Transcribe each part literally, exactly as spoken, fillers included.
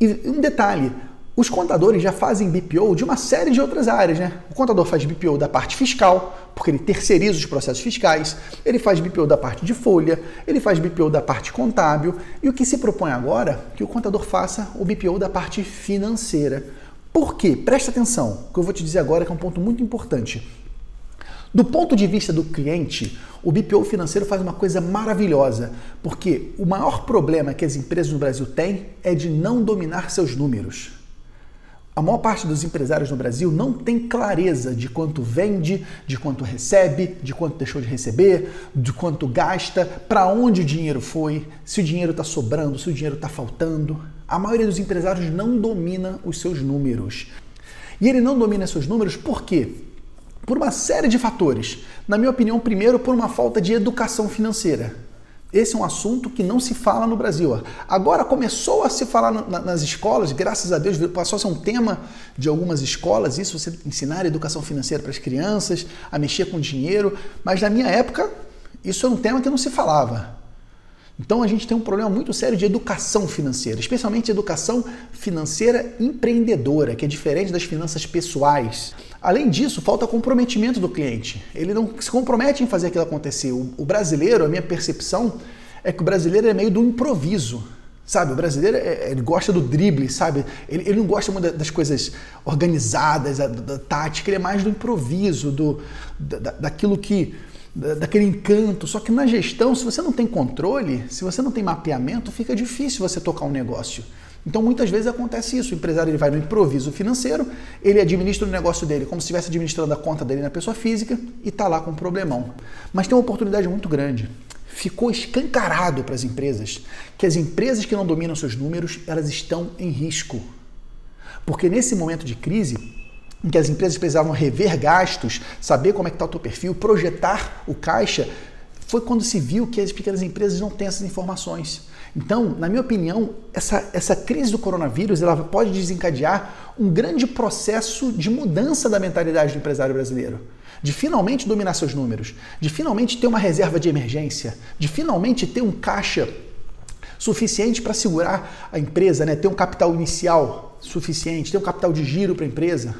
E um detalhe, os contadores já fazem B P O de uma série de outras áreas, né? O contador faz B P O da parte fiscal, porque ele terceiriza os processos fiscais, ele faz B P O da parte de folha, ele faz B P O da parte contábil, e o que se propõe agora é que o contador faça o B P O da parte financeira. Por quê? Presta atenção, o que eu vou te dizer agora que é um ponto muito importante. Do ponto de vista do cliente, o B P O financeiro faz uma coisa maravilhosa, porque o maior problema que as empresas no Brasil têm é de não dominar seus números. A maior parte dos empresários no Brasil não tem clareza de quanto vende, de quanto recebe, de quanto deixou de receber, de quanto gasta, para onde o dinheiro foi, se o dinheiro está sobrando, se o dinheiro está faltando. A maioria dos empresários não domina os seus números. E ele não domina seus números por quê? Por uma série de fatores. Na minha opinião, primeiro, por uma falta de educação financeira. Esse é um assunto que não se fala no Brasil. Agora começou a se falar nas escolas, graças a Deus, passou a ser um tema de algumas escolas, isso, você ensinar educação financeira para as crianças, a mexer com dinheiro, mas na minha época, isso era um tema que não se falava. Então a gente tem um problema muito sério de educação financeira, especialmente educação financeira empreendedora, que é diferente das finanças pessoais. Além disso, falta comprometimento do cliente. Ele não se compromete em fazer aquilo acontecer. O, o brasileiro, a minha percepção, é que o brasileiro é meio do improviso. Sabe, o brasileiro é, ele gosta do drible, sabe? Ele, ele não gosta muito das coisas organizadas, da, da tática, ele é mais do improviso, do, da, daquilo que... daquele encanto, só que na gestão, se você não tem controle, se você não tem mapeamento, fica difícil você tocar um negócio. Então muitas vezes acontece isso, o empresário ele vai no improviso financeiro, ele administra o negócio dele como se estivesse administrando a conta dele na pessoa física e está lá com um problemão. Mas tem uma oportunidade muito grande. Ficou escancarado para as empresas que as empresas que não dominam seus números, elas estão em risco. Porque nesse momento de crise, em que as empresas precisavam rever gastos, saber como é que está o teu perfil, projetar o caixa, foi quando se viu que as pequenas empresas não têm essas informações. Então, na minha opinião, essa, essa crise do coronavírus ela pode desencadear um grande processo de mudança da mentalidade do empresário brasileiro. De finalmente dominar seus números, de finalmente ter uma reserva de emergência, de finalmente ter um caixa suficiente para segurar a empresa, né? Ter um capital inicial suficiente, ter um capital de giro para a empresa.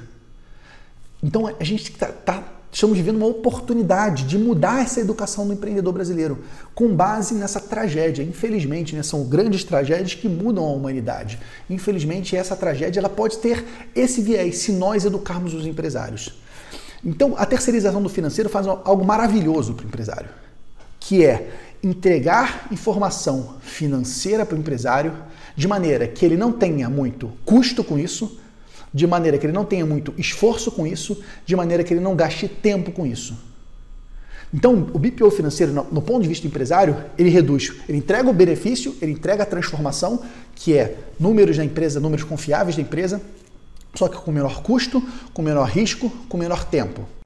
Então a gente tá, tá, estamos vivendo uma oportunidade de mudar essa educação do empreendedor brasileiro com base nessa tragédia. Infelizmente, né, são grandes tragédias que mudam a humanidade. Infelizmente, essa tragédia ela pode ter esse viés se nós educarmos os empresários. Então, a terceirização do financeiro faz algo maravilhoso para o empresário, que é entregar informação financeira para o empresário de maneira que ele não tenha muito custo com isso, de maneira que ele não tenha muito esforço com isso, de maneira que ele não gaste tempo com isso. Então, o B P O financeiro, no ponto de vista do empresário, ele reduz, ele entrega o benefício, ele entrega a transformação, que é números da empresa, números confiáveis da empresa, só que com menor custo, com menor risco, com menor tempo.